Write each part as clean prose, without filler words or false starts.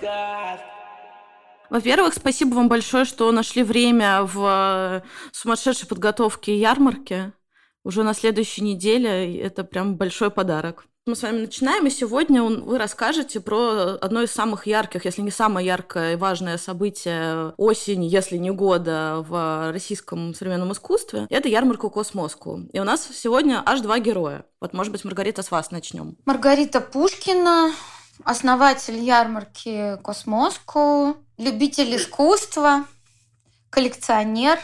Во-первых, спасибо вам большое, что нашли время в сумасшедшей подготовке ярмарки. Уже на следующей неделе. Это прям большой подарок. Мы с вами начинаем, и сегодня вы расскажете про одно из самых ярких, если не самое яркое и важное событие осени, если не года, в российском современном искусстве. Это ярмарка Космоску. И у нас сегодня аж 2 героя. Вот, может быть, Маргарита, с вас начнем. Маргарита Пушкина, основатель ярмарки Космоску, любитель искусства, коллекционер.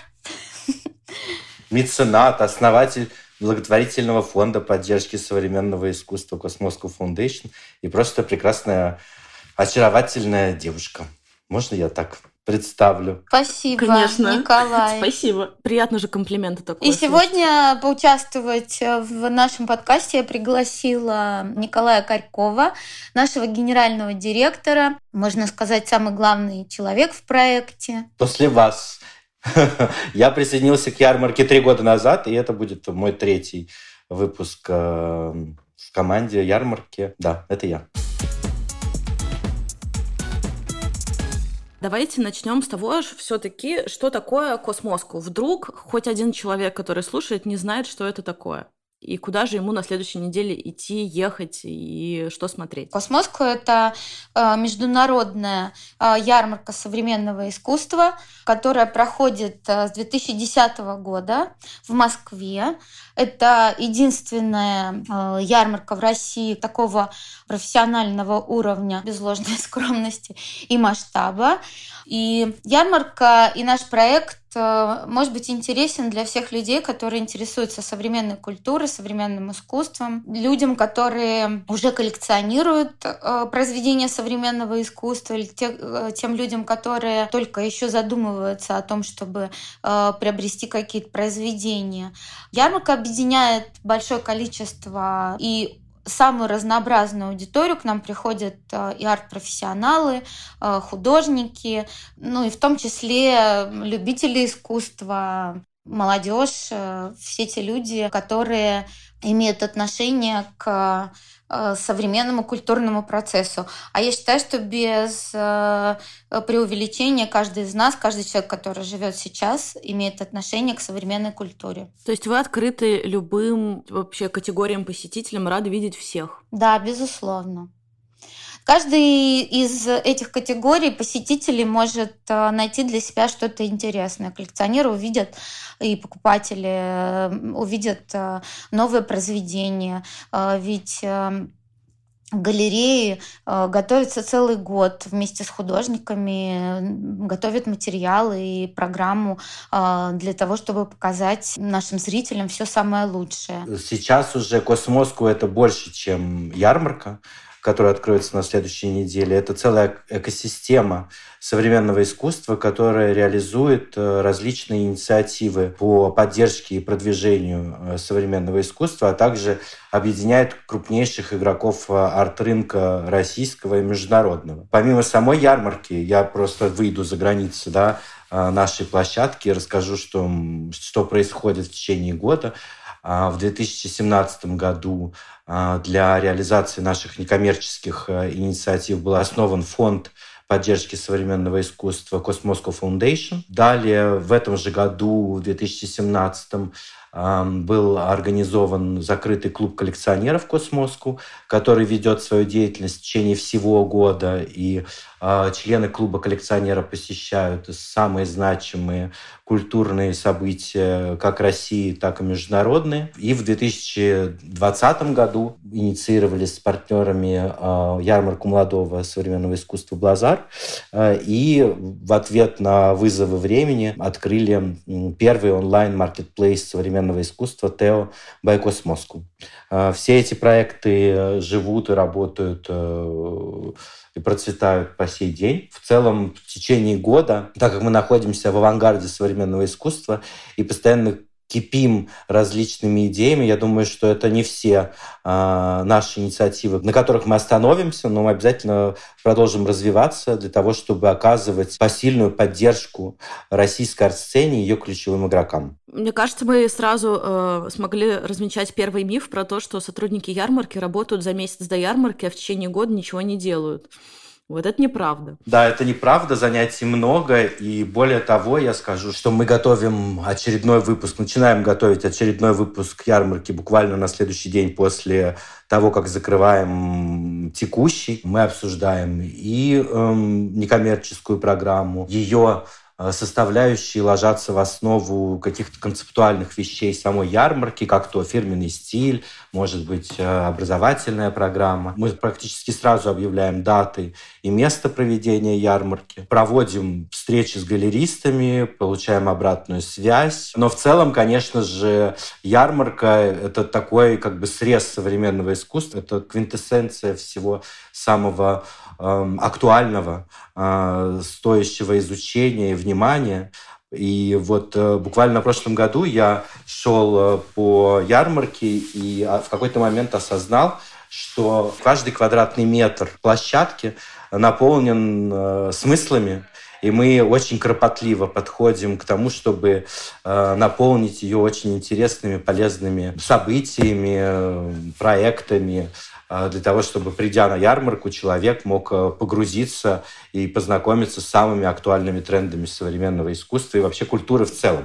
Меценат, основатель благотворительного фонда поддержки современного искусства Космоску Foundation и просто прекрасная, очаровательная девушка. Можно я так представлю? Спасибо, Конечно. Николай. Спасибо. Приятно же комплименты такой. И сегодня поучаствовать в нашем подкасте я пригласила Николая Корькова, нашего генерального директора, можно сказать, самый главный человек в проекте. После вас. Я присоединился к ярмарке 3 года назад, и это будет мой 3-й выпуск в команде ярмарки. Да, это я. Давайте начнем с того, все-таки, что такое Космоску. Вдруг хоть один человек, который слушает, не знает, что это такое. И куда же ему на следующей неделе идти, ехать и что смотреть? Космоску — это международная ярмарка современного искусства, которая проходит с 2010 года в Москве. Это единственная ярмарка в России такого профессионального уровня, без ложной скромности и масштаба. И ярмарка и наш проект может быть интересен для всех людей, которые интересуются современной культурой, современным искусством, людям, которые уже коллекционируют произведения современного искусства, или тем людям, которые только еще задумываются о том, чтобы приобрести какие-то произведения. Ярмарка объединяет большое количество и самую разнообразную аудиторию. К нам приходят и арт-профессионалы, художники, ну и в том числе любители искусства, молодежь, все те люди, которые имеют отношение к современному культурному процессу. А я считаю, что без преувеличения каждый из нас, каждый человек, который живет сейчас, имеет отношение к современной культуре. То есть вы открыты любым вообще категориям посетителям, рады видеть всех? Да, безусловно. Каждый из этих категорий посетителей может найти для себя что-то интересное. Коллекционеры увидят, и покупатели увидят новые произведения. Ведь галереи готовятся целый год вместе с художниками, готовят материалы и программу для того, чтобы показать нашим зрителям все самое лучшее. Сейчас уже Космоску — это больше, чем ярмарка, которая откроется на следующей неделе. Это целая экосистема современного искусства, которая реализует различные инициативы по поддержке и продвижению современного искусства, а также объединяет крупнейших игроков арт-рынка российского и международного. Помимо самой ярмарки, я просто выйду за границы, нашей площадки и расскажу, что происходит в течение года. В 2017 году для реализации наших некоммерческих инициатив был основан фонд поддержки современного искусства Космоску Foundation. Далее в этом же году, в 2017, был организован закрытый клуб коллекционеров Космоску, который ведет свою деятельность в течение всего года, и члены клуба коллекционеров посещают самые значимые культурные события как России, так и международные. И в 2020 году инициировали с партнерами ярмарку молодого современного искусства «Блазар», и в ответ на вызовы времени открыли первый онлайн-маркетплейс современного искусства «Тео by Космоску». Все эти проекты живут и работают и процветают по сей день. В целом, в течение года, так как мы находимся в авангарде современного искусства и постоянно кипим различными идеями. Я думаю, что это не все наши инициативы, на которых мы остановимся, но мы обязательно продолжим развиваться для того, чтобы оказывать посильную поддержку российской арт-сцене и ее ключевым игрокам. Мне кажется, мы сразу смогли размечать первый миф про то, что сотрудники ярмарки работают за месяц до ярмарки, а в течение года ничего не делают. Вот это неправда. Да, это неправда, занятий много, и более того, я скажу, что мы готовим очередной выпуск, начинаем готовить очередной выпуск ярмарки буквально на следующий день после того, как закрываем текущий. Мы обсуждаем и некоммерческую программу, ее составляющие ложатся в основу каких-то концептуальных вещей самой ярмарки, как то фирменный стиль, может быть, образовательная программа. Мы практически сразу объявляем даты и место проведения ярмарки, проводим встречи с галеристами, получаем обратную связь. Но в целом, конечно же, ярмарка — это такой как бы срез современного искусства, это квинтэссенция всего самого актуального, стоящего изучения и внимания. И вот буквально в прошлом году я шел по ярмарке и в какой-то момент осознал, что каждый квадратный метр площадки наполнен смыслами, и мы очень кропотливо подходим к тому, чтобы наполнить ее очень интересными, полезными событиями, проектами, для того, чтобы, придя на ярмарку, человек мог погрузиться и познакомиться с самыми актуальными трендами современного искусства и вообще культуры в целом.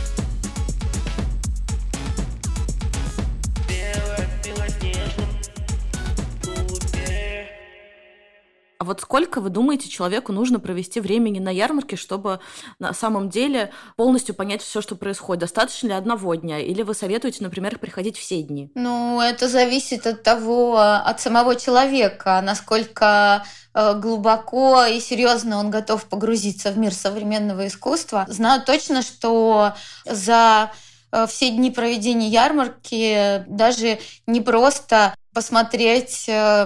А вот сколько, вы думаете, человеку нужно провести времени на ярмарке, чтобы на самом деле полностью понять все, что происходит? Достаточно ли одного дня? Или вы советуете, например, приходить все дни? Ну, это зависит от того, от самого человека, насколько глубоко и серьезно он готов погрузиться в мир современного искусства. Знаю точно, что за все дни проведения ярмарки даже не просто посмотреть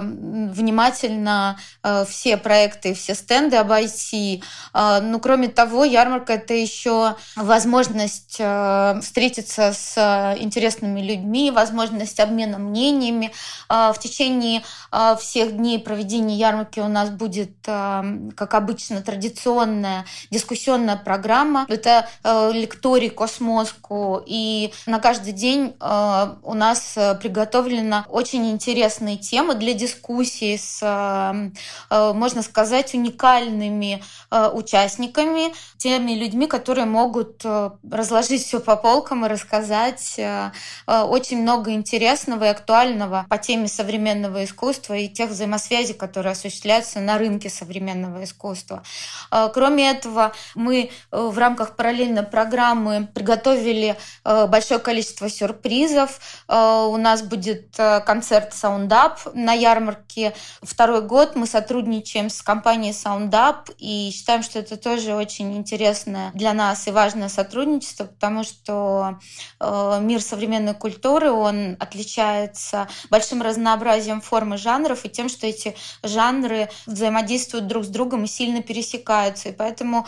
внимательно все проекты, все стенды обойти. Но кроме того, ярмарка — это еще возможность встретиться с интересными людьми, возможность обмена мнениями. В течение всех дней проведения ярмарки у нас будет, как обычно, традиционная дискуссионная программа. Это лекторий «Космоску», и на каждый день у нас приготовлено очень интересные темы для дискуссий с, можно сказать, уникальными участниками, теми людьми, которые могут разложить все по полкам и рассказать очень много интересного и актуального по теме современного искусства и тех взаимосвязей, которые осуществляются на рынке современного искусства. Кроме этого, мы в рамках параллельной программы приготовили большое количество сюрпризов. У нас будет концерт SoundUp на ярмарке. Второй год мы сотрудничаем с компанией SoundUp и считаем, что это тоже очень интересное для нас и важное сотрудничество, потому что мир современной культуры, он отличается большим разнообразием форм и жанров и тем, что эти жанры взаимодействуют друг с другом и сильно пересекаются. И поэтому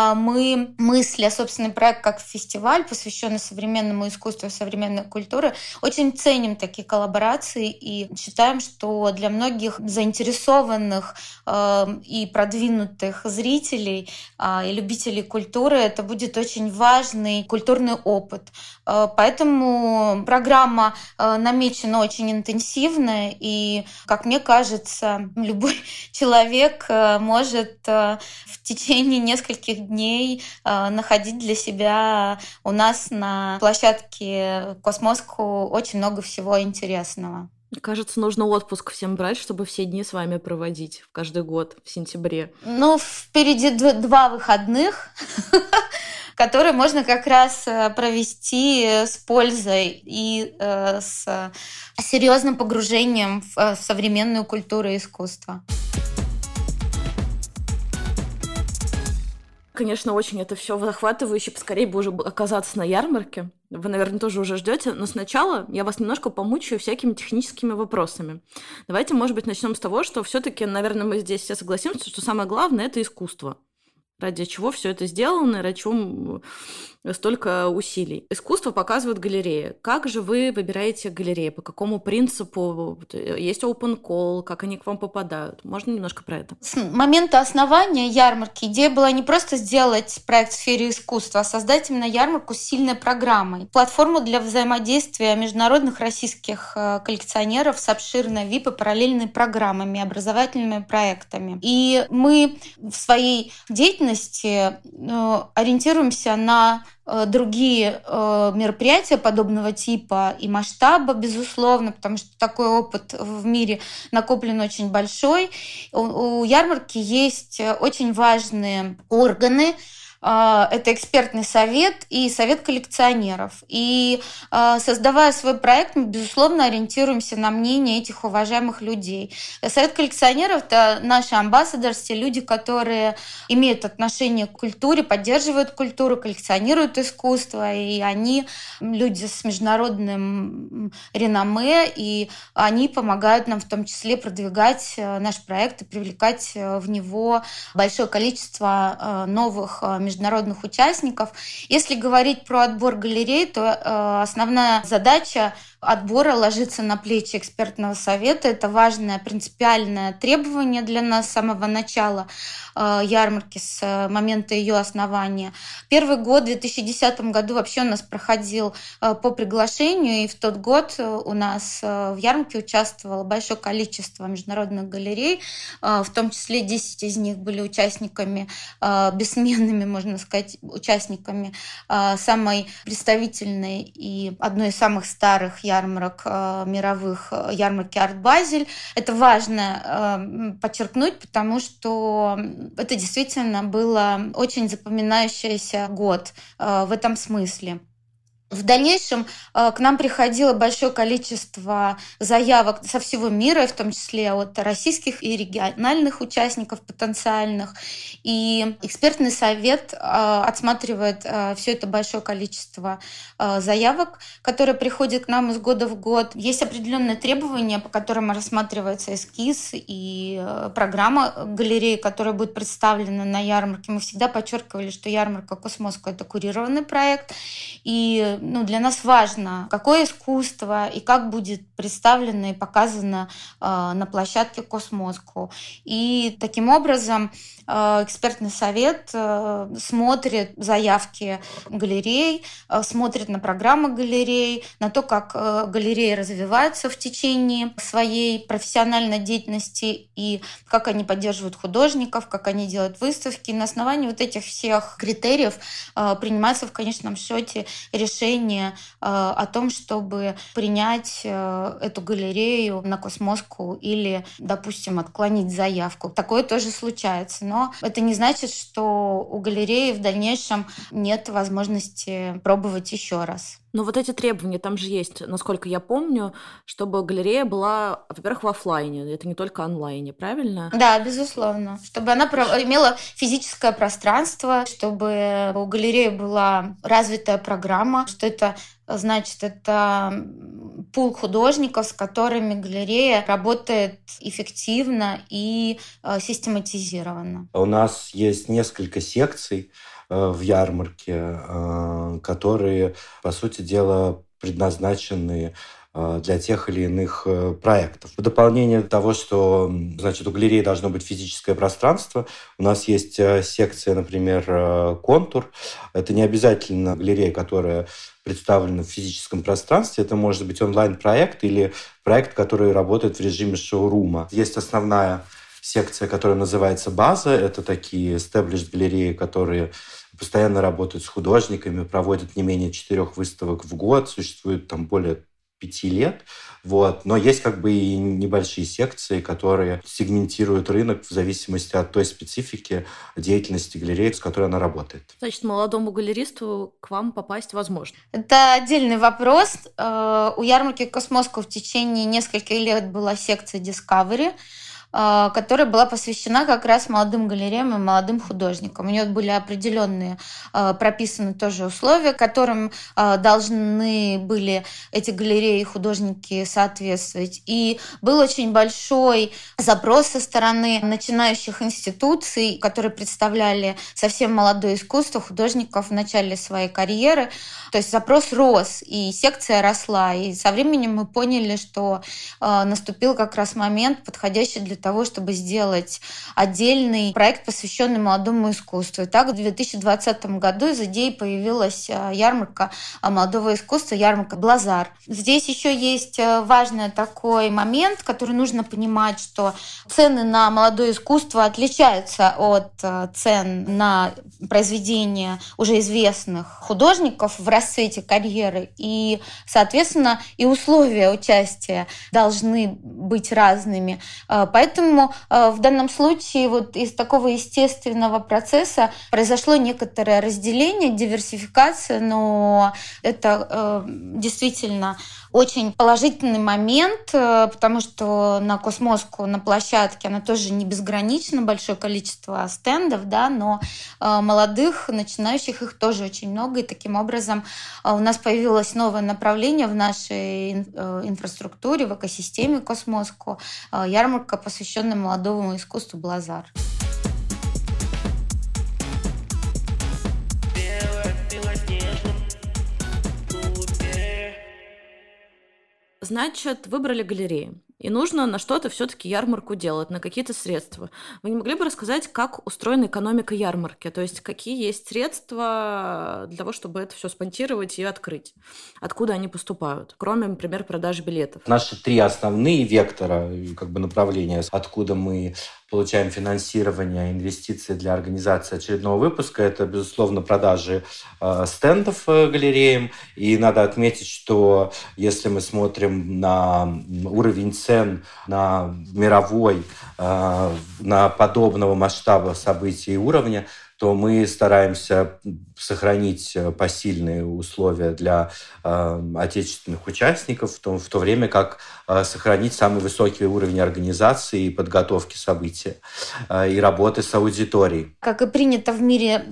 мы мысли о собственный проект как фестиваль, посвященный современному искусству и современной культуре, очень ценим такие коллаборации и считаем, что для многих заинтересованных и продвинутых зрителей и любителей культуры это будет очень важный культурный опыт. Поэтому программа намечена очень интенсивно, и, как мне кажется, любой человек может в течение нескольких дней находить для себя у нас на площадке «Космоску» очень много всего интересного. Мне кажется, нужно отпуск всем брать, чтобы все дни с вами проводить в каждый год в сентябре. Ну, впереди 2 выходных, которые можно как раз провести с пользой и с серьезным погружением в современную культуру и искусство. Конечно, очень это все захватывающе, поскорее бы уже оказаться на ярмарке. Вы, наверное, тоже уже ждете, но сначала я вас немножко помучаю всякими техническими вопросами. Давайте, может быть, начнем с того, что все-таки, наверное, мы здесь все согласимся, что самое главное — это искусство. Ради чего все это сделано, ради чего столько усилий. Искусство показывают галереи. Как же вы выбираете галереи? По какому принципу? Есть open call? Как они к вам попадают? Можно немножко про это? С момента основания ярмарки идея была не просто сделать проект в сфере искусства, а создать именно ярмарку с сильной программой. Платформу для взаимодействия международных российских коллекционеров с обширной VIP и параллельными программами, образовательными проектами. И мы в своей деятельности ориентируемся на другие мероприятия подобного типа и масштаба, безусловно, потому что такой опыт в мире накоплен очень большой. У ярмарки есть очень важные органы. Это экспертный совет и совет коллекционеров. И создавая свой проект, мы, безусловно, ориентируемся на мнение этих уважаемых людей. Совет коллекционеров – это наши амбассадоры, те люди, которые имеют отношение к культуре, поддерживают культуру, коллекционируют искусство. И они люди с международным реноме, и они помогают нам в том числе продвигать наш проект и привлекать в него большое количество новых международных участников. Если говорить про отбор галерей, то основная задача отбора ложится на плечи экспертного совета. Это важное принципиальное требование для нас с самого начала ярмарки, с момента ее основания. Первый год, в 2010 году, вообще у нас проходил по приглашению, и в тот год у нас в ярмарке участвовало большое количество международных галерей, в том числе 10 из них были участниками, бессменными, можно сказать, участниками самой представительной и одной из самых старых ярмарок мировых, ярмарки Арт Базель. Это важно подчеркнуть, потому что это действительно было очень запоминающийся год в этом смысле. В дальнейшем к нам приходило большое количество заявок со всего мира, в том числе от российских и региональных участников потенциальных. И экспертный совет отсматривает все это большое количество заявок, которые приходят к нам из года в год. Есть определенные требования, по которым рассматривается эскиз и программа галереи, которая будет представлена на ярмарке. Мы всегда подчеркивали, что ярмарка Космоскоу — это курированный проект, и для нас важно, какое искусство и как будет представлено и показано на площадке Космоскоу. И таким образом экспертный совет смотрит заявки галерей, смотрит на программы галерей, на то, как галереи развиваются в течение своей профессиональной деятельности и как они поддерживают художников, как они делают выставки. И на основании вот этих всех критериев принимается в конечном счете решение о том, чтобы принять эту галерею на Космоскоу или, допустим, отклонить заявку. Такое тоже случается, но это не значит, что у галереи в дальнейшем нет возможности пробовать еще раз. Но вот эти требования, там же есть, насколько я помню, чтобы галерея была, во-первых, в офлайне, это не только онлайне, правильно? Да, безусловно. Чтобы она имела физическое пространство, чтобы у галереи была развитая программа, что это значит, это пул художников, с которыми галерея работает эффективно и систематизированно. У нас есть несколько секций в ярмарке, которые, по сути дела, предназначены для тех или иных проектов. В дополнение того, что, значит, у галереи должно быть физическое пространство, у нас есть секция, например, «Контур». Это не обязательно галерея, которая представлена в физическом пространстве. Это может быть онлайн-проект или проект, который работает в режиме шоурума. Есть основная секция, которая называется «База». Это такие established галереи, которые постоянно работают с художниками, проводят не менее 4 выставок в год, существуют там более 5 лет. Вот. Но есть как бы и небольшие секции, которые сегментируют рынок в зависимости от той специфики деятельности галереи, с которой она работает. Значит, молодому галеристу к вам попасть возможно? Это отдельный вопрос. У ярмарки Космоскоу в течение нескольких лет была секция Discovery. которая была посвящена как раз молодым галереям и молодым художникам. У нее были определенные прописаны тоже условия, которым должны были эти галереи и художники соответствовать. И был очень большой запрос со стороны начинающих институций, которые представляли совсем молодое искусство художников в начале своей карьеры. То есть запрос рос, и секция росла. И со временем мы поняли, что наступил как раз момент, подходящий для того, чтобы сделать отдельный проект, посвященный молодому искусству. И так в 2020 году из идеи появилась ярмарка молодого искусства, ярмарка «Блазар». Здесь еще есть важный такой момент, который нужно понимать, что цены на молодое искусство отличаются от цен на произведения уже известных художников в расцвете карьеры. И, соответственно, и условия участия должны быть разными. Поэтому в данном случае вот из такого естественного процесса произошло некоторое разделение, диверсификация, но это действительно очень положительный момент, потому что на Космоску, на площадке, она тоже не безгранично, большое количество стендов, да, но молодых, начинающих их тоже очень много, и таким образом у нас появилось новое направление в нашей инфраструктуре, в экосистеме Космоску, ярмарка, посвященная молодому искусству «Блазар». Значит, выбрали галереи. И нужно на что-то все-таки ярмарку делать, на какие-то средства. Вы не могли бы рассказать, как устроена экономика ярмарки? То есть какие есть средства для того, чтобы это все спонсировать и открыть? Откуда они поступают? Кроме, например, продажи билетов. Наши 3 основные вектора, направления, откуда мы получаем финансирование, инвестиции для организации очередного выпуска. Это, безусловно, продажи стендов галереям. И надо отметить, что если мы смотрим на уровень цен на мировой, на подобного масштаба событий и уровня, то мы стараемся сохранить посильные условия для отечественных участников, в то время как сохранить самый высокий уровень организации и подготовки события и работы с аудиторией. Как и принято в мире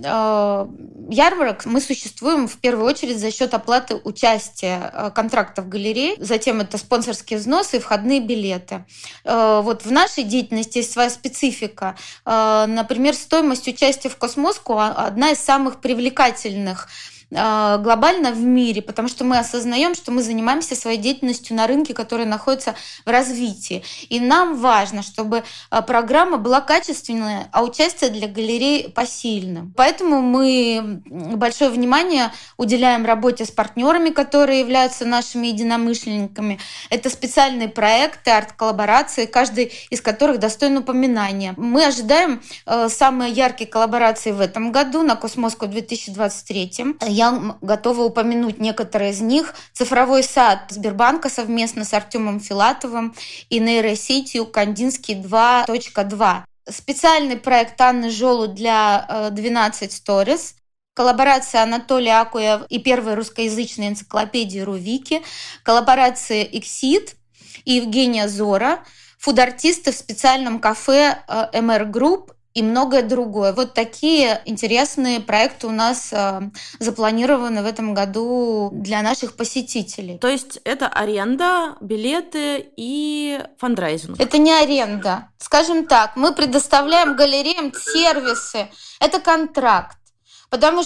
ярмарок, мы существуем в первую очередь за счет оплаты участия контрактов галерей, затем это спонсорские взносы и входные билеты. Вот в нашей деятельности есть своя специфика. Например, стоимость участия в Космоску одна из самых привлекательных глобально в мире, потому что мы осознаем, что мы занимаемся своей деятельностью на рынке, который находится в развитии. И нам важно, чтобы программа была качественная, а участие для галерей посильным. Поэтому мы большое внимание уделяем работе с партнерами, которые являются нашими единомышленниками. Это специальные проекты, арт-коллаборации, каждый из которых достоин упоминания. Мы ожидаем самые яркие коллаборации в этом году на Космоску 2023. Я готова упомянуть некоторые из них. Цифровой сад Сбербанка совместно с Артемом Филатовым и нейросетью Кандинский 2.2. Специальный проект Анны Жолуд для 12 Stories. Коллаборация Анатолия Акуя и первой русскоязычной энциклопедии Рувики. Коллаборация Exit и Евгения Зора. Фуд-артисты в специальном кафе MR Group и многое другое. Вот такие интересные проекты у нас запланированы в этом году для наших посетителей. То есть это аренда, билеты и фандрайзинг? Это не аренда. Скажем так, мы предоставляем галереям сервисы. Это контракт. Потому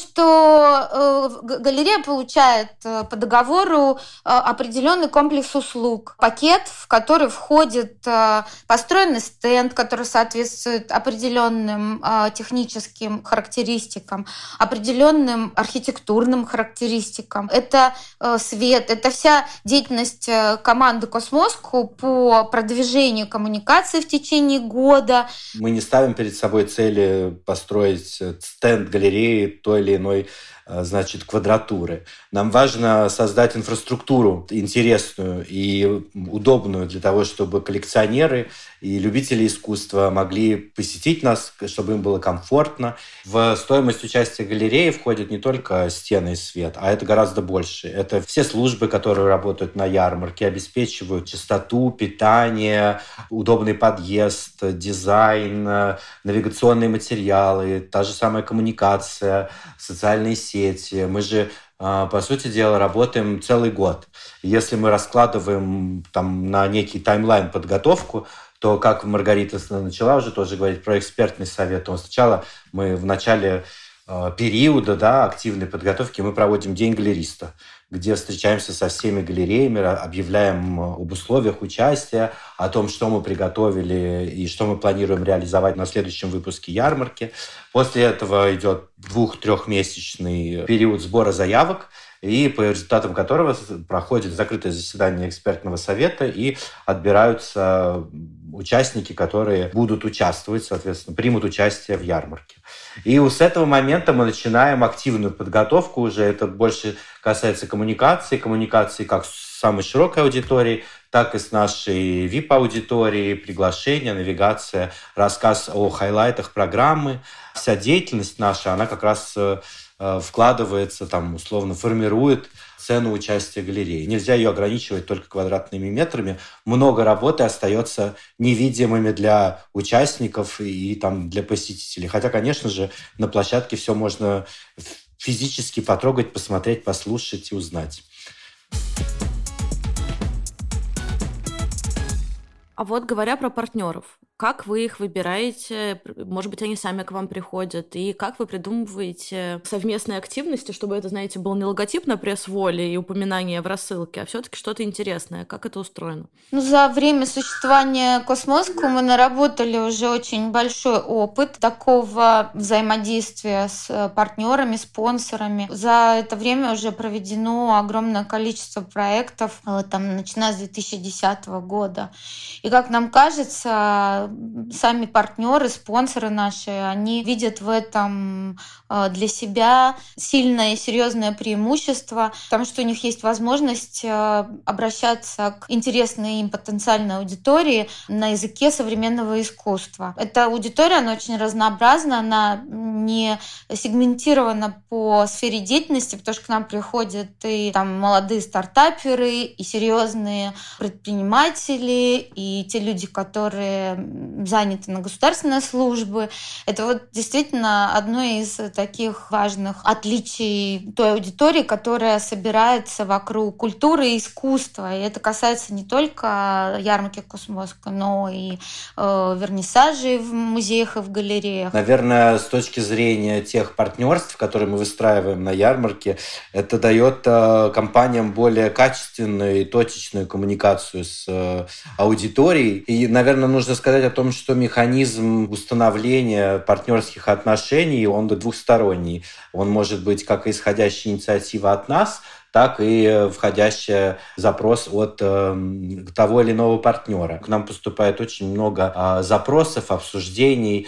что галерея получает по договору определенный комплекс услуг, пакет, в который входит построенный стенд, который соответствует определенным техническим характеристикам, определенным архитектурным характеристикам. Это свет, это вся деятельность команды Космоску по продвижению коммуникации в течение года. Мы не ставим перед собой цели построить стенд галереи той или иной значит, квадратуры. Нам важно создать инфраструктуру интересную и удобную для того, чтобы коллекционеры и любители искусства могли посетить нас, чтобы им было комфортно. В стоимость участия галереи входят не только стены и свет, а это гораздо больше. Это все службы, которые работают на ярмарке, обеспечивают чистоту, питание, удобный подъезд, дизайн, навигационные материалы, та же самая коммуникация, социальные сети. Мы же, по сути дела, работаем целый год. Если мы раскладываем там на некий таймлайн подготовку, то, как Маргарита начала уже тоже говорить про экспертный совет, то сначала мы в начале периода активной подготовки мы проводим День галериста, где встречаемся со всеми галереями, объявляем об условиях участия, о том, что мы приготовили и что мы планируем реализовать на следующем выпуске ярмарки. После этого идет 2-3-месячный период сбора заявок, и по результатам которого проходит закрытое заседание экспертного совета и отбираются участники, которые будут участвовать, соответственно, примут участие в ярмарке. И с этого момента мы начинаем активную подготовку уже. Это больше касается коммуникации как с самой широкой аудиторией, так и с нашей VIP-аудиторией, приглашения, навигация, рассказ о хайлайтах программы. Вся деятельность наша, она как раз вкладывается, там, условно, формирует цену участия галереи. Нельзя ее ограничивать только квадратными метрами. Много работы остается невидимыми для участников и там, для посетителей. Хотя, конечно же, на площадке все можно физически потрогать, посмотреть, послушать и узнать. А вот говоря про партнеров, как вы их выбираете? Может быть, они сами к вам приходят? И как вы придумываете совместные активности, чтобы это, знаете, был не логотип на пресс-воле и упоминание в рассылке, а все-таки что-то интересное? Как это устроено? За время существования Космоску мы наработали уже очень большой опыт такого взаимодействия с партнерами, спонсорами. За это время уже проведено огромное количество проектов, начиная с 2010 года. И, как нам кажется, сами партнеры, спонсоры наши, они видят в этом для себя сильное и серьезное преимущество, потому что у них есть возможность обращаться к интересной им потенциальной аудитории на языке современного искусства. Эта аудитория, она очень разнообразна, она не сегментирована по сфере деятельности, потому что к нам приходят и там молодые стартаперы, и серьезные предприниматели, и те люди, которые заняты на государственной службе. Это вот действительно одно из таких важных отличий той аудитории, которая собирается вокруг культуры и искусства. И это касается не только ярмарки Космоска, но и вернисажей в музеях и в галереях. Наверное, с точки зрения тех партнерств, которые мы выстраиваем на ярмарке, это дает компаниям более качественную и точечную коммуникацию с аудиторией. И, наверное, нужно сказать о том, что механизм установления партнерских отношений, он двухсторонний. Он может быть как исходящая инициатива от нас, так и входящий запрос от того или иного партнера. К нам поступает очень много запросов, обсуждений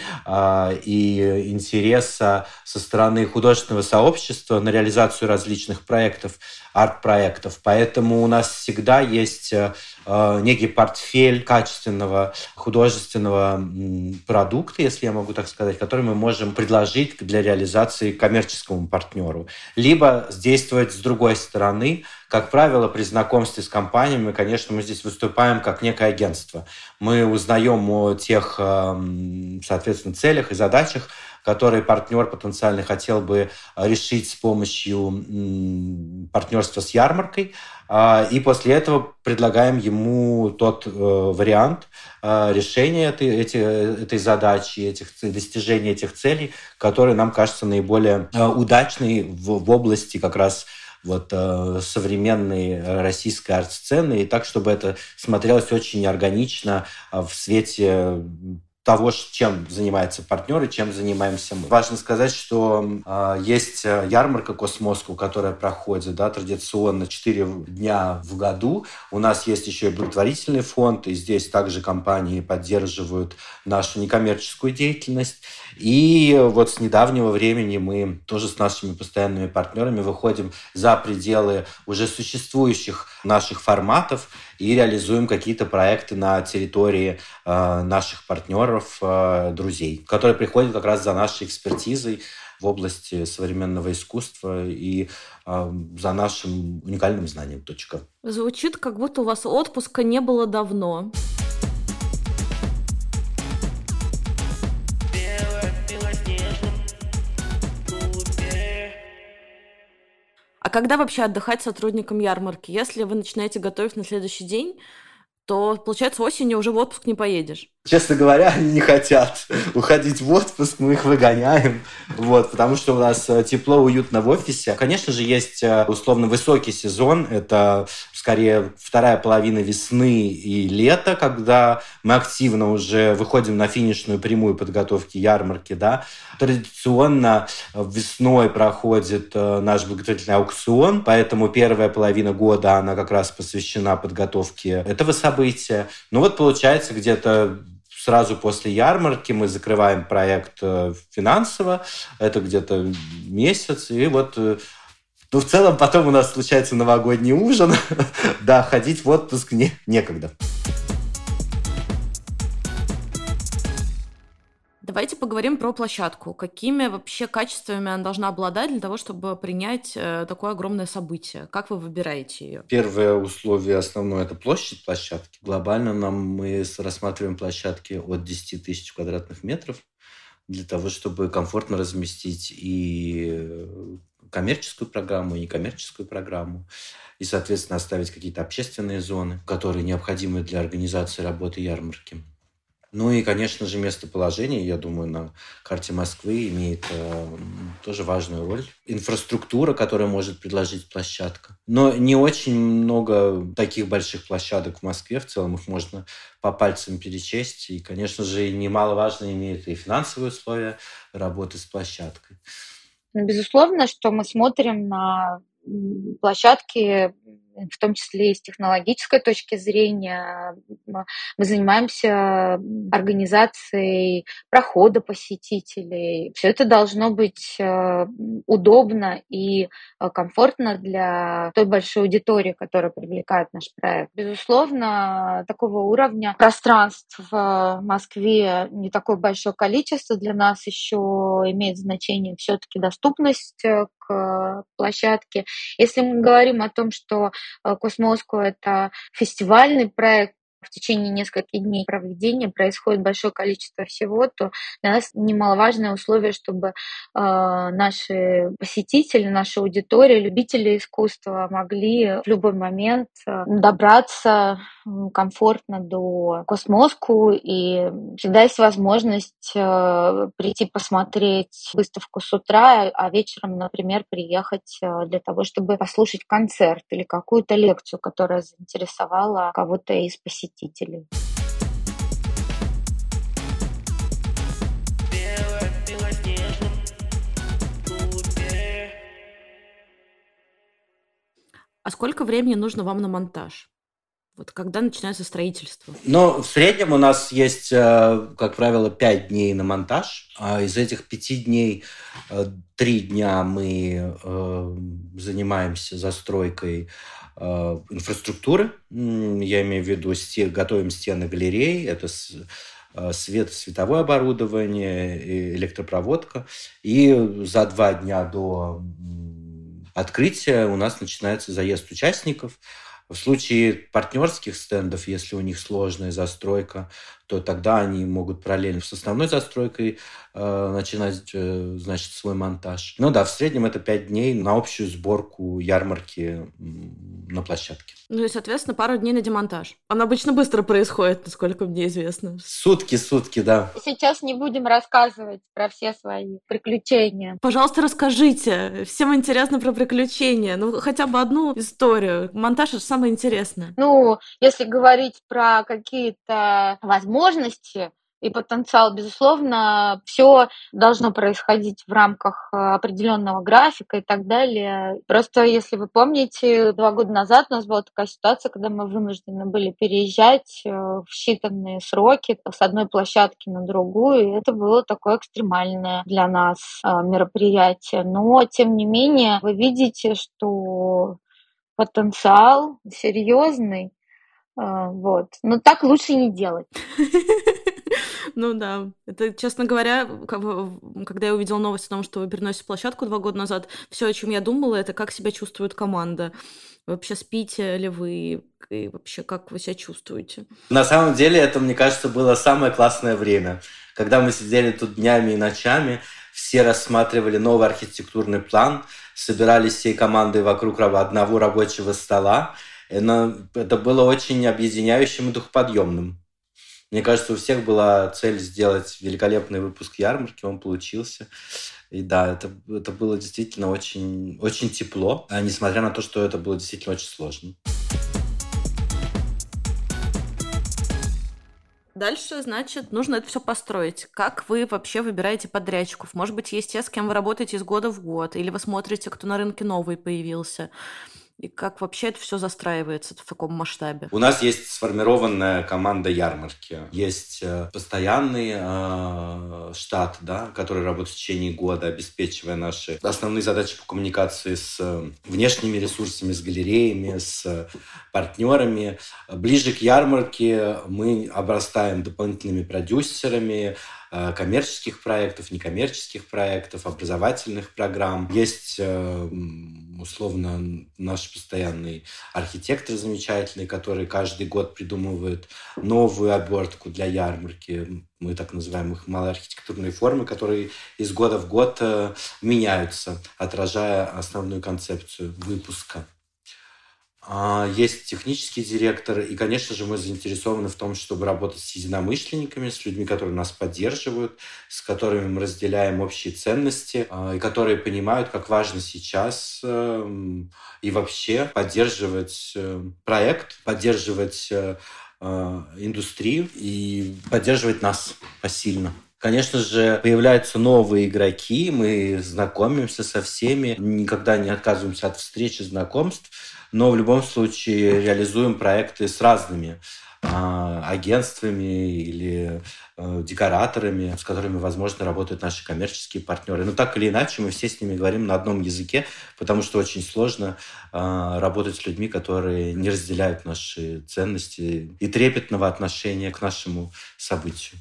и интереса со стороны художественного сообщества на реализацию различных проектов, арт-проектов. Поэтому у нас всегда есть некий портфель качественного художественного продукта, если я могу так сказать, который мы можем предложить для реализации коммерческому партнеру. Либо действовать с другой стороны. Как правило, при знакомстве с компаниями, конечно, мы здесь выступаем как некое агентство. Мы узнаем о тех, соответственно, целях и задачах, которые партнер потенциально хотел бы решить с помощью партнерства с ярмаркой. И после этого предлагаем ему тот вариант решения этой задачи, достижения этих целей, который нам кажется наиболее удачный в области как раз современной российской арт-сцены, и так, чтобы это смотрелось очень органично в свете того, чем занимается партнер и чем занимаемся мы. Важно сказать, что есть ярмарка Космоску, которая проходит традиционно 4 дня в году. У нас есть еще и благотворительный фонд, и здесь также компании поддерживают нашу некоммерческую деятельность. И вот с недавнего времени мы тоже с нашими постоянными партнерами выходим за пределы уже существующих наших форматов и реализуем какие-то проекты на территории наших партнеров, друзей, которые приходят как раз за нашей экспертизой в области современного искусства и за нашим уникальным знанием. Точка. Звучит, как будто у вас отпуска не было давно. А когда вообще отдыхать сотрудникам ярмарки? Если вы начинаете готовить на следующий день, то, получается, осенью уже в отпуск не поедешь. Честно говоря, они не хотят уходить в отпуск, мы их выгоняем, потому что у нас тепло, уютно в офисе. Конечно же, есть условно высокий сезон, это скорее вторая половина весны и лета, когда мы активно уже выходим на финишную прямую подготовки ярмарки. Традиционно весной проходит наш благотворительный аукцион, поэтому первая половина года, она как раз посвящена подготовке этого события. Получается, где-то сразу после ярмарки мы закрываем проект финансово, это где-то месяц, и в целом потом у нас случается новогодний ужин, ходить в отпуск некогда. Давайте поговорим про площадку. Какими вообще качествами она должна обладать для того, чтобы принять такое огромное событие? Как вы выбираете ее? Первое условие основное – это площадь площадки. Глобально мы рассматриваем площадки от 10 тысяч квадратных метров для того, чтобы комфортно разместить и коммерческую программу, и некоммерческую программу, и, соответственно, оставить какие-то общественные зоны, которые необходимы для организации работы ярмарки. И, конечно же, местоположение, я думаю, на карте Москвы имеет тоже важную роль. Инфраструктура, которую может предложить площадка. Но не очень много таких больших площадок в Москве. В целом их можно по пальцам перечесть. И, конечно же, немаловажно имеют и финансовые условия работы с площадкой. Безусловно, что мы смотрим на площадки, в том числе и с технологической точки зрения. Мы занимаемся организацией прохода посетителей. Все это должно быть удобно и комфортно для той большой аудитории, которая привлекает наш проект. Безусловно, такого уровня пространств в Москве не такое большое количество. Для нас еще имеет значение все-таки доступность к площадке. Если мы говорим о том, что Космоску — это фестивальный проект, в течение нескольких дней проведения происходит большое количество всего, то для нас немаловажное условие, чтобы наши посетители, наша аудитория, любители искусства могли в любой момент добраться комфортно до Космоску, и всегда есть возможность прийти посмотреть выставку с утра, а вечером, например, приехать для того, чтобы послушать концерт или какую-то лекцию, которая заинтересовала кого-то из посетителей. А сколько времени нужно вам на монтаж? Когда начинается строительство? В среднем у нас есть, как правило, 5 дней на монтаж. А из этих 5 дней 3 дня мы занимаемся застройкой инфраструктуры. Я имею в виду, готовим стены галерей, это световое оборудование, электропроводка. И за 2 дня до открытия у нас начинается заезд участников. В случае партнерских стендов, если у них сложная застройка, то тогда они могут параллельно с основной застройкой начинать, свой монтаж. В среднем это 5 дней на общую сборку ярмарки на площадке. И, соответственно, пару дней на демонтаж. Он обычно быстро происходит, насколько мне известно. Сутки, да. Сейчас не будем рассказывать про все свои приключения. Пожалуйста, расскажите. Всем интересно про приключения. Хотя бы одну историю. Монтаж — это самое интересное. Если говорить про какие-то возможности и потенциал, безусловно, все должно происходить в рамках определенного графика и так далее. Просто если вы помните, 2 года назад у нас была такая ситуация, когда мы вынуждены были переезжать в считанные сроки с одной площадки на другую, и это было такое экстремальное для нас мероприятие. Но, тем не менее, вы видите, что потенциал серьезный, вот. Но так лучше не делать. Ну да, это, честно говоря, когда я увидела новость о том, что вы переносите площадку 2 года назад, все, о чем я думала, это как себя чувствует команда. Вообще спите ли вы и вообще как вы себя чувствуете? На самом деле это, мне кажется, было самое классное время, когда мы сидели тут днями и ночами, все рассматривали новый архитектурный план, собирались всей командой вокруг одного рабочего стола. Это было очень объединяющим и духоподъемным. Мне кажется, у всех была цель сделать великолепный выпуск ярмарки, он получился. И да, это было действительно очень, очень тепло, несмотря на то, что это было действительно очень сложно. Дальше, значит, нужно это все построить. Как вы вообще выбираете подрядчиков? Может быть, есть те, с кем вы работаете из года в год, или вы смотрите, кто на рынке новый появился? И как вообще это все застраивается в таком масштабе? У нас есть сформированная команда ярмарки. Есть постоянный штат, да, который работает в течение года, обеспечивая наши основные задачи по коммуникации с внешними ресурсами, с галереями, с партнерами. Ближе к ярмарке мы обрастаем дополнительными продюсерами коммерческих проектов, некоммерческих проектов, образовательных программ. Есть, условно, наш постоянный архитектор замечательный, который каждый год придумывает новую обертку для ярмарки. Мы так называем их малые архитектурные формы, которые из года в год меняются, отражая основную концепцию выпуска. Есть технический директор, и, конечно же, мы заинтересованы в том, чтобы работать с единомышленниками, с людьми, которые нас поддерживают, с которыми мы разделяем общие ценности, и которые понимают, как важно сейчас и вообще поддерживать проект, поддерживать индустрию и поддерживать нас посильно. Конечно же, появляются новые игроки, мы знакомимся со всеми, никогда не отказываемся от встречи, знакомств, но в любом случае реализуем проекты с разными агентствами или декораторами, с которыми, возможно, работают наши коммерческие партнеры. Но так или иначе, мы все с ними говорим на одном языке, потому что очень сложно работать с людьми, которые не разделяют наши ценности и трепетного отношения к нашему событию.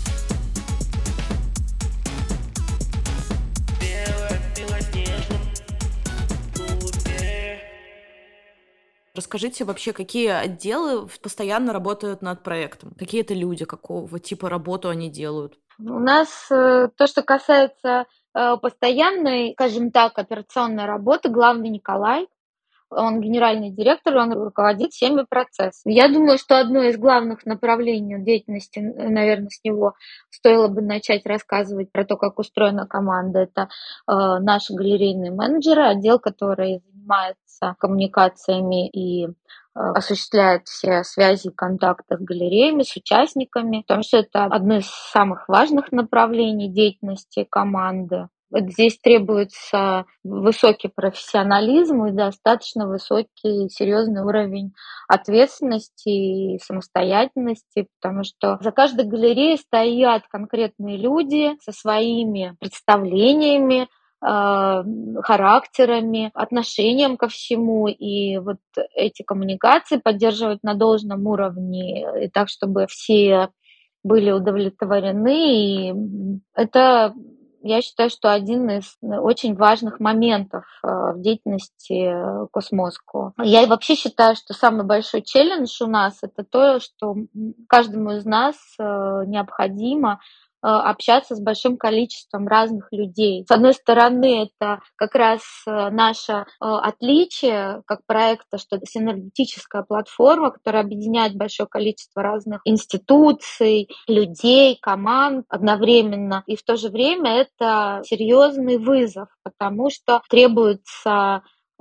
Расскажите вообще, какие отделы постоянно работают над проектом? Какие это люди, какого типа работу они делают? У нас то, что касается постоянной, скажем так, операционной работы, главный Николай. Он генеральный директор, он руководит всеми процессами. Я думаю, что одно из главных направлений деятельности, наверное, с него стоило бы начать рассказывать про то, как устроена команда. Это наши галерейные менеджеры, отдел, который занимается коммуникациями и осуществляет все связи и контакты с галереями, с участниками, потому что это одно из самых важных направлений деятельности команды. Здесь требуется высокий профессионализм и достаточно высокий, серьезный уровень ответственности и самостоятельности, потому что за каждой галереей стоят конкретные люди со своими представлениями, характерами, отношением ко всему. И вот эти коммуникации поддерживать на должном уровне, и так, чтобы все были удовлетворены. И это, я считаю, что один из очень важных моментов в деятельности Космоско. Я и вообще считаю, что самый большой челлендж у нас — это то, что каждому из нас необходимо общаться с большим количеством разных людей. С одной стороны, это как раз наше отличие как проекта, что это синергетическая платформа, которая объединяет большое количество разных институций, людей, команд одновременно. И в то же время это серьезный вызов, потому что требуется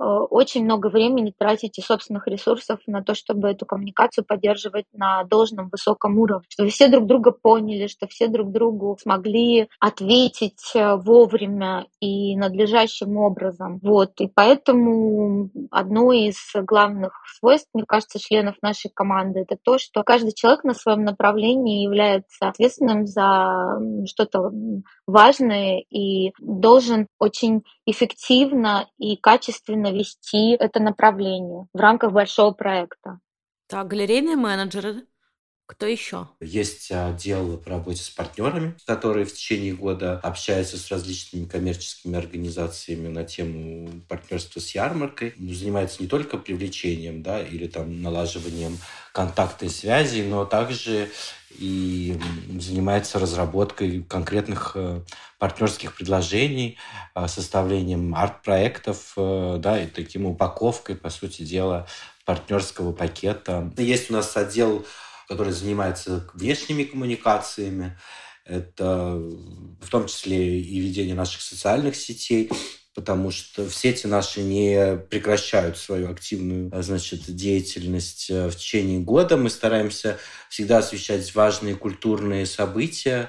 очень много времени тратить и собственных ресурсов на то, чтобы эту коммуникацию поддерживать на должном высоком уровне, чтобы все друг друга поняли, что все друг другу смогли ответить вовремя и надлежащим образом. Вот. И поэтому одно из главных свойств, мне кажется, членов нашей команды — это то, что каждый человек на своем направлении является ответственным за что-то важное и должен очень эффективно и качественно вести это направление в рамках большого проекта. Так, галерейные менеджеры. Кто еще? Есть отдел по работе с партнерами, которые в течение года общаются с различными коммерческими организациями на тему партнерства с ярмаркой. Занимается не только привлечением, да, или там налаживанием контакта и связей, но также и занимается разработкой конкретных партнерских предложений, составлением арт-проектов, да, и таким упаковкой, по сути дела, партнерского пакета. Есть у нас отдел, который занимается внешними коммуникациями. Это в том числе и ведение наших социальных сетей, потому что в сети наши не прекращают свою активную, деятельность в течение года. Мы стараемся всегда освещать важные культурные события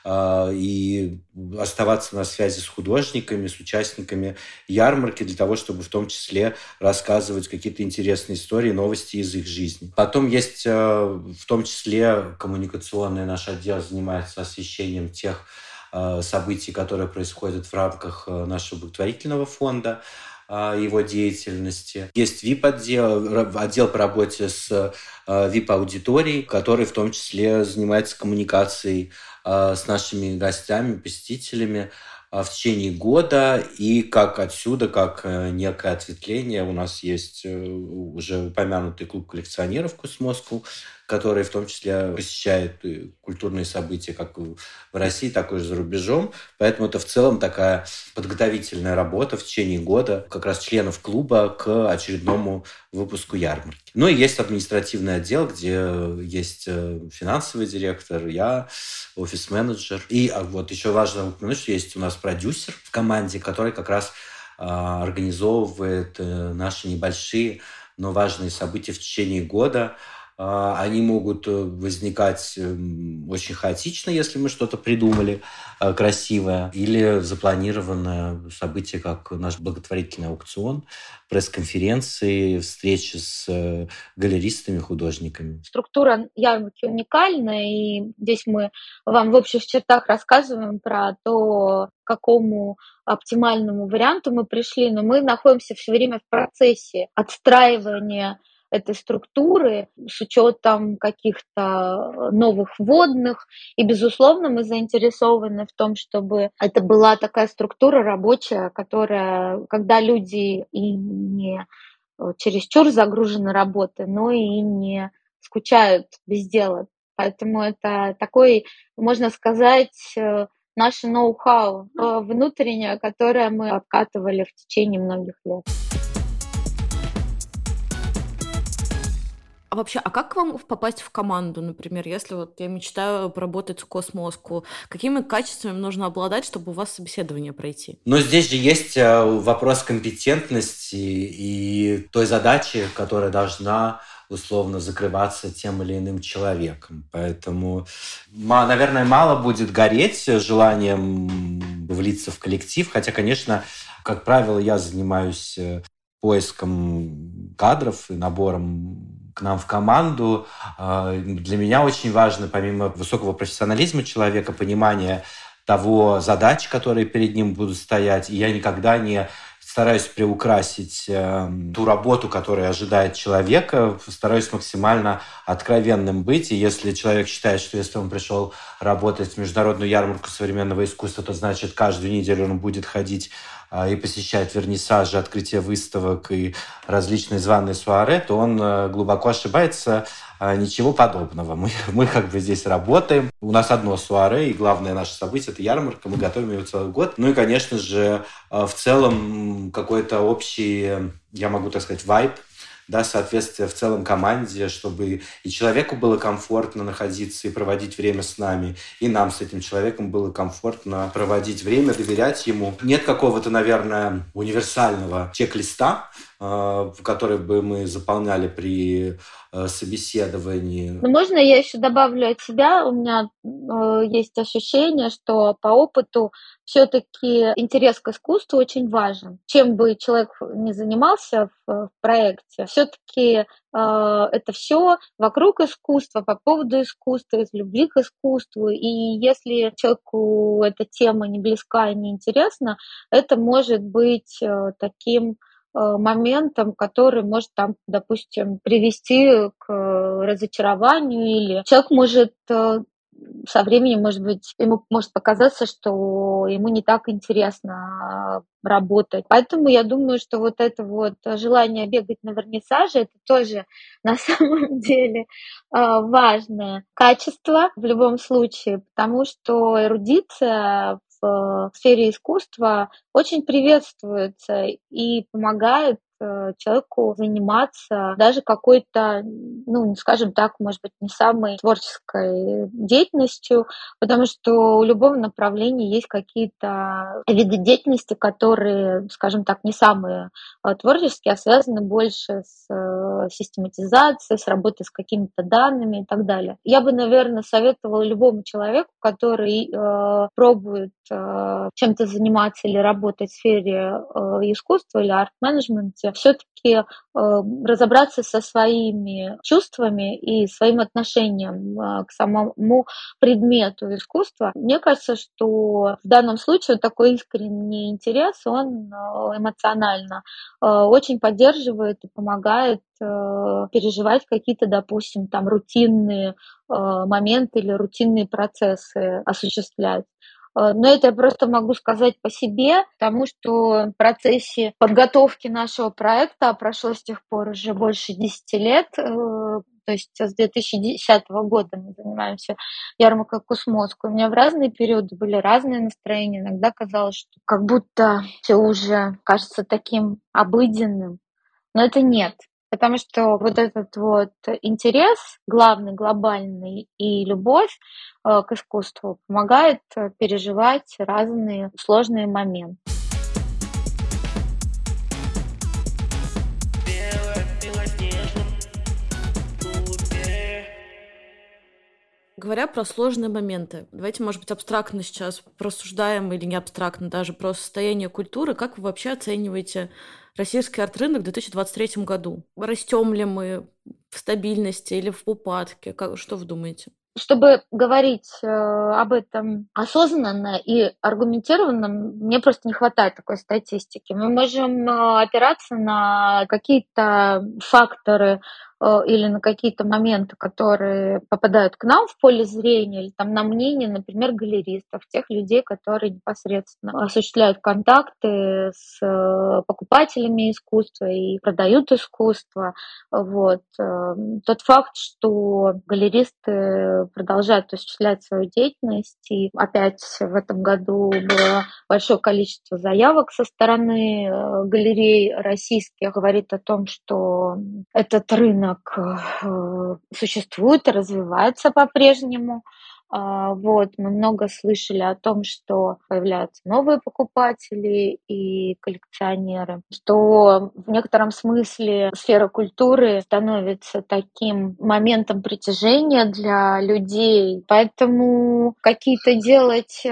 и оставаться на связи с художниками, с участниками ярмарки для того, чтобы в том числе рассказывать какие-то интересные истории, новости из их жизни. Потом есть в том числе коммуникационный наш отдел, занимается освещением тех событий, которые происходят в рамках нашего благотворительного фонда, его деятельности. Есть отдел по работе с VIP-аудиторией, который в том числе занимается коммуникацией с нашими гостями, посетителями в течение года. И как отсюда, как некое ответвление, у нас есть уже упомянутый клуб коллекционеров «Космоску», который в том числе посещает культурные события как в России, так и за рубежом. Поэтому это в целом такая подготовительная работа в течение года как раз членов клуба к очередному выпуску ярмарки. Ну и есть административный отдел, где есть финансовый директор, я, офис-менеджер. И вот еще важно упомянуть, что есть у нас продюсер в команде, который как раз организовывает наши небольшие, но важные события в течение года. Они могут возникать очень хаотично, если мы что-то придумали красивое, или запланированное событие, как наш благотворительный аукцион, пресс-конференции, встречи с галеристами, художниками. Структура ярмарки уникальна, и здесь мы вам в общих чертах рассказываем про то, к какому оптимальному варианту мы пришли, но мы находимся все время в процессе отстраивания этой структуры с учетом каких-то новых вводных. И, безусловно, мы заинтересованы в том, чтобы это была такая структура рабочая, которая, когда люди и не чересчур загружены работой, но и не скучают без дела. Поэтому это такой, можно сказать, наше ноу-хау внутреннее, которое мы обкатывали в течение многих лет. А вообще, как к вам попасть в команду, например, если вот я мечтаю поработать в Космоску? Какими качествами нужно обладать, чтобы у вас собеседование пройти? Но здесь же есть вопрос компетентности и той задачи, которая должна условно закрываться тем или иным человеком. Поэтому, наверное, мало будет гореть желанием влиться в коллектив. Хотя, конечно, как правило, я занимаюсь поиском кадров и набором к нам в команду. Для меня очень важно, помимо высокого профессионализма человека, понимание того задач, которые перед ним будут стоять. И я никогда не стараюсь приукрасить ту работу, которая ожидает человека, стараюсь максимально откровенным быть. И если человек считает, что если он пришел работать в международную ярмарку современного искусства, то значит каждую неделю он будет ходить и посещать вернисажи, открытие выставок и различные званые суаре, то он глубоко ошибается. Ничего подобного. Мы как бы здесь работаем. У нас одно суаре, и главное наше событие – это ярмарка. Мы готовим ее целый год. Ну и, конечно же, в целом какой-то общий, я могу так сказать, вайб, да, соответствие в целом команде, чтобы и человеку было комфортно находиться и проводить время с нами, и нам с этим человеком было комфортно проводить время, доверять ему. Нет какого-то, наверное, универсального чек-листа, который бы мы заполняли при собеседовании. Можно я еще добавлю от себя? У меня есть ощущение, что по опыту все-таки интерес к искусству очень важен. Чем бы человек ни занимался в проекте, все-таки это все вокруг искусства, по поводу искусства, из любви к искусству. И если человеку эта тема не близка и не интересна, это может быть таким моментом, который может там, допустим, привести к разочарованию, или человек может со временем, может быть, ему может показаться, что ему не так интересно работать. Поэтому я думаю, что вот это вот желание бегать на вернисаже, это тоже на самом деле важное качество в любом случае, потому что эрудиция в сфере искусства очень приветствуется и помогает человеку заниматься даже какой-то, ну, скажем так, может быть, не самой творческой деятельностью, потому что у любого направления есть какие-то виды деятельности, которые, скажем так, не самые творческие, а связаны больше с систематизацией, с работой с какими-то данными и так далее. Я бы, наверное, советовала любому человеку, который пробует чем-то заниматься или работать в сфере искусства или арт-менеджмента, все-таки разобраться со своими чувствами и своим отношением к самому предмету искусства. Мне кажется, что в данном случае такой искренний интерес, он эмоционально очень поддерживает и помогает переживать какие-то, допустим, там рутинные моменты или рутинные процессы осуществлять. Но это я просто могу сказать по себе, потому что в процессе подготовки нашего проекта прошло с тех пор уже больше 10 лет, то есть с 2010 года мы занимаемся ярмаркой Космоску. У меня в разные периоды были разные настроения. Иногда казалось, что как будто все уже кажется таким обыденным, но это нет. Потому что вот этот вот интерес, главный, глобальный, и любовь к искусству помогает переживать разные сложные моменты. Говоря про сложные моменты, давайте, может быть, абстрактно сейчас просуждаем или не абстрактно, даже про состояние культуры. Как вы вообще оцениваете российский арт-рынок в 2023 году? Растем ли мы в стабильности или в упадке? Что вы думаете? Чтобы говорить об этом осознанно и аргументированно, мне просто не хватает такой статистики. Мы можем опираться на какие-то факторы или на какие-то моменты, которые попадают к нам в поле зрения, или там на мнение, например, галеристов, тех людей, которые непосредственно осуществляют контакты с покупателями искусства и продают искусство. Вот. Тот факт, что галеристы продолжают осуществлять свою деятельность, и опять в этом году было большое количество заявок со стороны галерей российских, говорит о том, что этот рынок существует и развивается по-прежнему. Вот, мы много слышали о том, что появляются новые покупатели и коллекционеры, что в некотором смысле сфера культуры становится таким моментом притяжения для людей. Поэтому какие-то делать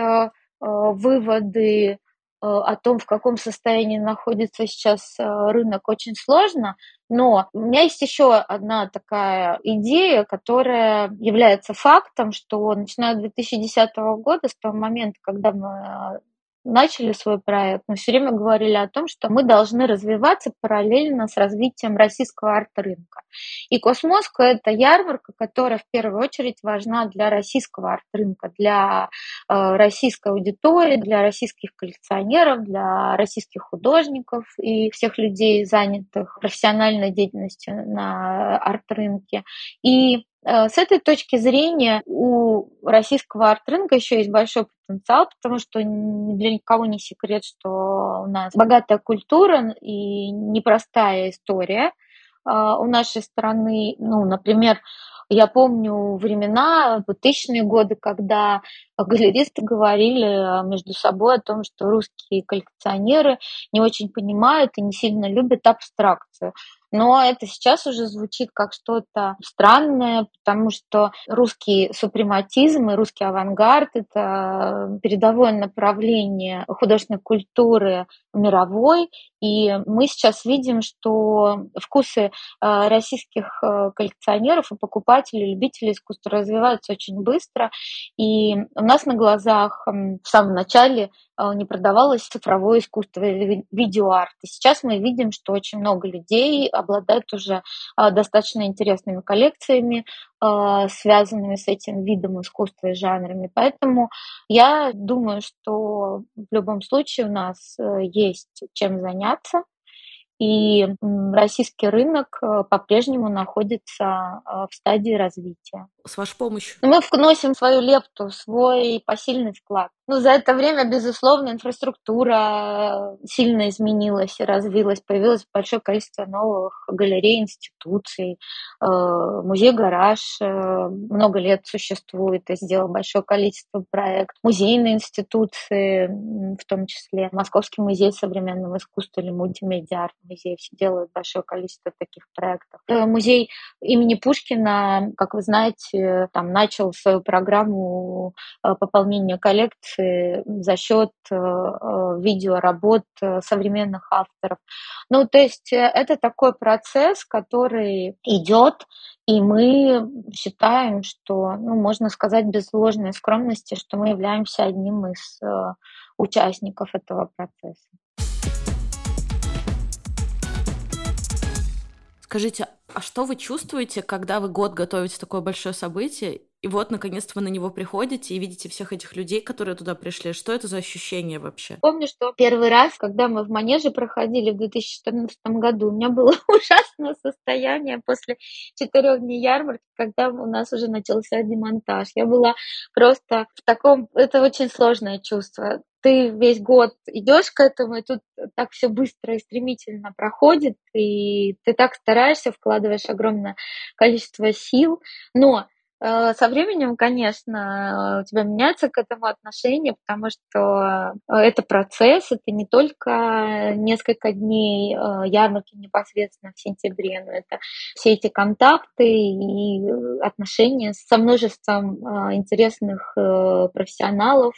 выводы о том, в каком состоянии находится сейчас рынок, очень сложно. Но у меня есть еще одна такая идея, которая является фактом, что начиная с 2010 года, с того момента, когда мы начали свой проект, мы все время говорили о том, что мы должны развиваться параллельно с развитием российского арт-рынка. И Космоско — это ярмарка, которая в первую очередь важна для российского арт-рынка, для российской аудитории, для российских коллекционеров, для российских художников и всех людей, занятых профессиональной деятельностью на арт-рынке. И с этой точки зрения у российского арт-рынка еще есть большой потенциал, потому что ни для никого не секрет, что у нас богатая культура и непростая история у нашей страны. Ну, например, Я помню времена, 2000-е годы, когда галеристы говорили между собой о том, что русские коллекционеры не очень понимают и не сильно любят абстракцию. Но это сейчас уже звучит как что-то странное, потому что русский супрематизм и русский авангард — это передовое направление художественной культуры мировой. И мы сейчас видим, что вкусы российских коллекционеров и покупателей, любителей искусства развиваются очень быстро. И у нас на глазах в самом начале не продавалось цифровое искусство или видеоарт. И сейчас мы видим, что очень много людей обладают уже достаточно интересными коллекциями, связанными с этим видом искусства и жанрами. Поэтому я думаю, что в любом случае у нас есть чем заняться. И российский рынок по-прежнему находится в стадии развития. С вашей помощью. Мы вносим свою лепту, свой посильный вклад. За это время, безусловно, инфраструктура сильно изменилась и развилась. Появилось большое количество новых галерей, институций. Музей «Гараж» много лет существует и сделал большое количество проектов. Музейные институции, в том числе Московский музей современного искусства или мультимедиа-арт музей, все делают большое количество таких проектов. Музей имени Пушкина, как вы знаете, там начал свою программу пополнения коллекции за счет видеоработ современных авторов. То есть это такой процесс, который идет, и мы считаем, что, можно сказать без ложной скромности, что мы являемся одним из участников этого процесса. Скажите, а что вы чувствуете, когда вы год готовите такое большое событие, и вот, наконец-то, вы на него приходите и видите всех этих людей, которые туда пришли? Что это за ощущение вообще? Помню, что первый раз, когда мы в Манеже проходили в 2014 году, у меня было ужасное состояние после 4 дней ярмарки, когда у нас уже начался демонтаж. Я была просто в таком... Это очень сложное чувство. Ты весь год идешь к этому, и тут так все быстро и стремительно проходит, и ты так стараешься, вкладываешь огромное количество сил, но со временем, конечно, у тебя меняется к этому отношение, потому что это процесс, это не только несколько дней ярмарки непосредственно в сентябре, но это все эти контакты и отношения со множеством интересных профессионалов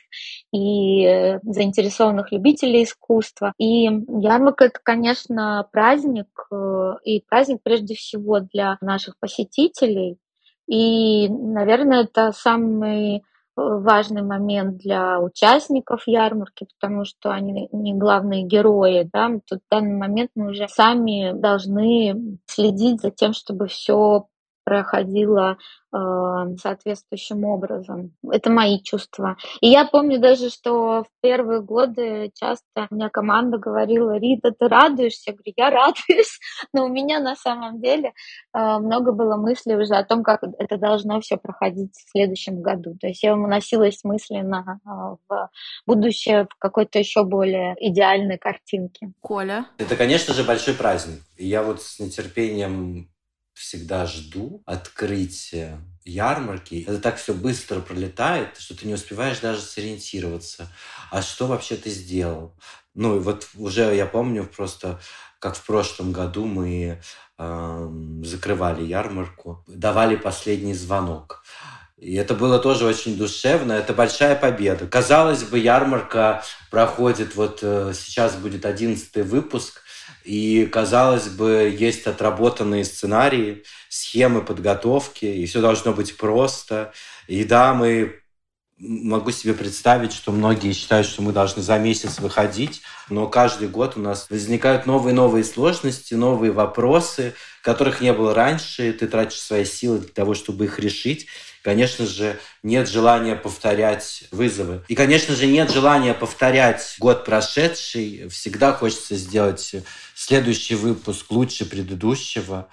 и заинтересованных любителей искусства. И ярмарка — это, конечно, праздник, и праздник прежде всего для наших посетителей. И, наверное, это самый важный момент для участников ярмарки, потому что они не главные герои, да. Тут в данный момент мы уже сами должны следить за тем, чтобы все проходило соответствующим образом. Это мои чувства. И я помню даже, что в первые годы часто у меня команда говорила: «Рита, ты радуешься?» Я говорю: «Я радуюсь». Но у меня на самом деле много было мыслей уже о том, как это должно все проходить в следующем году. То есть я уносилась мысленно в будущее, в какой-то еще более идеальной картинке. Коля? Это, конечно же, большой праздник. И я вот с нетерпением всегда жду открытия ярмарки. Это так все быстро пролетает, что ты не успеваешь даже сориентироваться. А что вообще ты сделал? И вот уже я помню просто, как в прошлом году мы закрывали ярмарку, давали последний звонок. И это было тоже очень душевно. Это большая победа. Казалось бы, ярмарка проходит, вот сейчас будет 11-й выпуск, и, казалось бы, есть отработанные сценарии, схемы подготовки, и все должно быть просто. И да, могу себе представить, что многие считают, что мы должны за месяц выходить, но каждый год у нас возникают новые сложности, новые вопросы, которых не было раньше. Ты тратишь свои силы для того, чтобы их решить. Конечно же, нет желания повторять вызовы. И, конечно же, нет желания повторять год прошедший. Всегда хочется сделать следующий выпуск лучше предыдущего.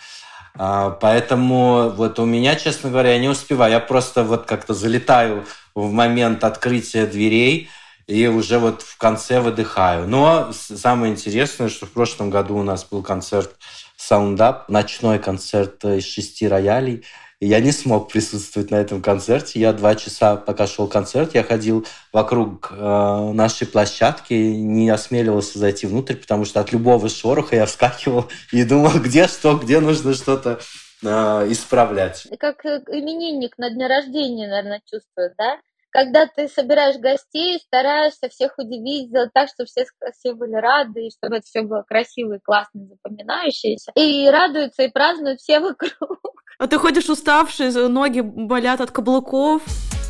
Поэтому вот у меня, честно говоря, я не успеваю. Я просто вот как-то залетаю в момент открытия дверей и уже вот в конце выдыхаю. Но самое интересное, что в прошлом году у нас был концерт Sound Up, ночной концерт из 6 роялей. И я не смог присутствовать на этом концерте. Я 2 часа, пока шел концерт, я ходил вокруг нашей площадки, не осмеливался зайти внутрь, потому что от любого шороха я вскакивал и думал, где нужно что-то исправлять. Как именинник на дне рождения, наверное, чувствует, да? Когда ты собираешь гостей, стараешься всех удивить, сделать так, чтобы все были рады, и чтобы это все было красиво и классно, запоминающееся. И радуются, и празднуют все вокруг. А ты ходишь уставший, ноги болят от каблуков.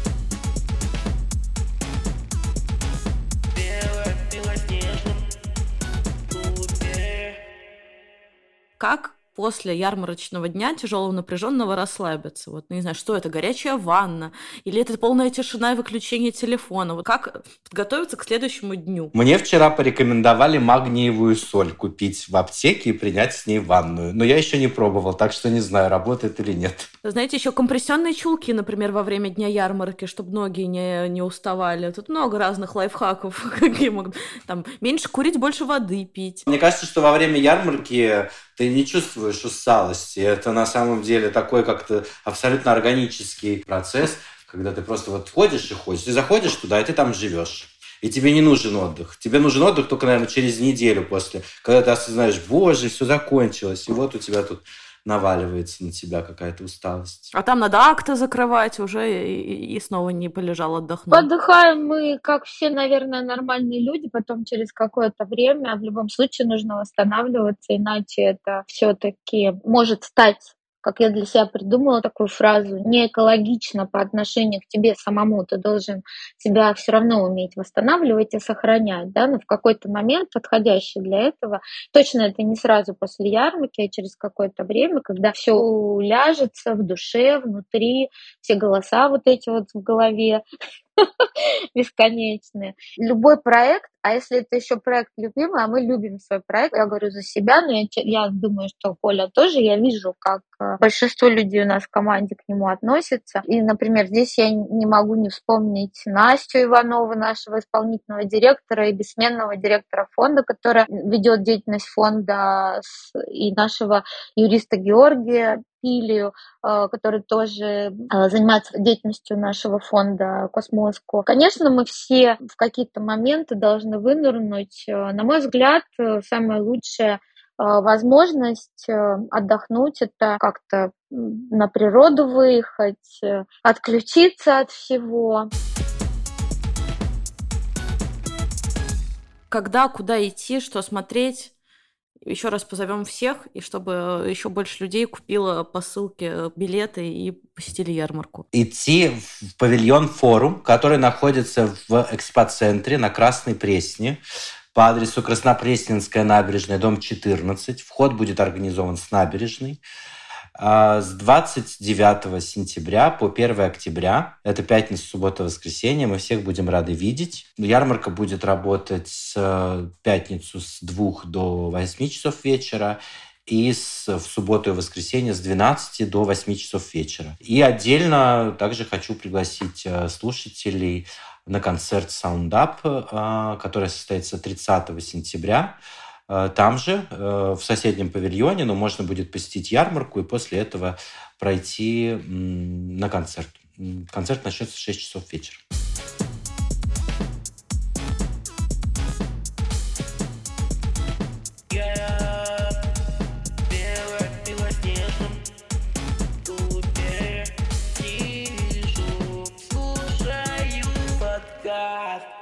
Как после ярмарочного дня тяжелого напряженного расслабиться? Вот, не знаю, что это, горячая ванна? Или это полная тишина и выключение телефона? Вот как подготовиться к следующему дню? Мне вчера порекомендовали магниевую соль купить в аптеке и принять с ней ванную. Но я еще не пробовал, так что не знаю, работает или нет. Знаете, еще компрессионные чулки, например, во время дня ярмарки, чтобы ноги не уставали. Тут много разных лайфхаков, какие могут... Там, меньше курить, больше воды пить. Мне кажется, что во время ярмарки ты не чувствуешь усталости. Это на самом деле такой как-то абсолютно органический процесс, когда ты просто вот ходишь и ходишь. Ты заходишь туда, и ты там живешь. И тебе не нужен отдых. Тебе нужен отдых только, наверное, через неделю после, когда ты осознаешь, боже, все закончилось. И вот у тебя тут наваливается на тебя какая-то усталость. А там надо акты закрывать уже и снова не полежал, отдохнул. Отдыхаем мы, как все, наверное, нормальные люди, потом через какое-то время. В любом случае нужно восстанавливаться, иначе это все-таки может стать, как я для себя придумала такую фразу, не экологично по отношению к тебе самому. Ты должен себя все равно уметь восстанавливать и сохранять, да, но в какой-то момент, подходящий для этого, точно это не сразу после ярмарки, а через какое-то время, когда все уляжется в душе, внутри, все голоса вот эти вот в голове бесконечные. Любой проект, а если это еще проект любимый, а мы любим свой проект, я говорю за себя, но я думаю, что Коля тоже, я вижу, как большинство людей у нас в команде к нему относятся. И, например, здесь я не могу не вспомнить Настю Иванову, нашего исполнительного директора и бессменного директора фонда, которая ведет деятельность фонда, и нашего юриста Георгия Пилию, который тоже занимается деятельностью нашего фонда Космоску. Конечно, мы все в какие-то моменты должны вынырнуть. На мой взгляд, самая лучшая возможность отдохнуть — это как-то на природу выехать, отключиться от всего. Когда, куда идти, что смотреть? Еще раз позовем всех, и чтобы еще больше людей купило по ссылке билеты и посетили ярмарку. Идти в павильон «Форум», который находится в экспоцентре на Красной Пресне по адресу Краснопресненская набережная, дом 14. Вход будет организован с набережной. С 29 сентября по 1 октября, это пятница, суббота, воскресенье, мы всех будем рады видеть. Ярмарка будет работать в пятницу с 2 до 8 часов вечера и в субботу и воскресенье с 12 до 8 часов вечера. И отдельно также хочу пригласить слушателей на концерт Sound Up, который состоится 30 сентября. Там же, в соседнем павильоне, но можно будет посетить ярмарку и после этого пройти на концерт. Концерт начнется в 6 часов вечера. Слушаю подкаст.